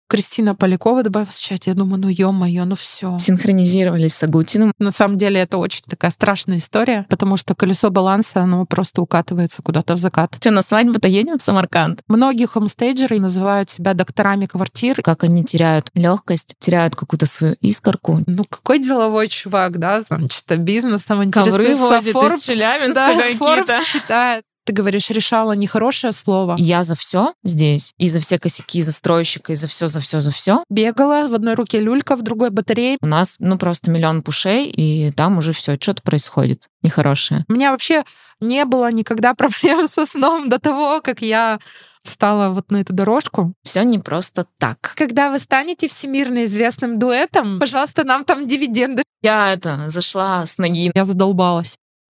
Кристина Полякова добавилась в чат. Я думаю, ну ё-моё, ну всё. Синхронизировались с Агутиным. На самом деле это очень такая страшная история, потому что колесо баланса, оно просто укатывается куда-то в закат. Что, на свадьбу-то едем в Самарканд? Многие хомстейджеры называют себя докторами квартир. Как они теряют легкость, теряют какую-то свою искорку. Ну какой деловой чувак, да? Там чисто бизнесом Ковры интересуется. возит Forbes, из Челябинска да, какие-то. Forbes считает. Ты говоришь, решала нехорошее слово. Я за все здесь, и за все косяки застройщика, и за все. Бегала, в одной руке люлька, в другой батарея. У нас, просто миллион пушей, и там уже все, что-то происходит нехорошее. У меня вообще не было никогда проблем со сном до того, как я встала вот на эту дорожку. Все не просто так. Когда вы станете всемирно известным дуэтом, пожалуйста, нам там дивиденды. Я зашла с ноги. Я задолбалась.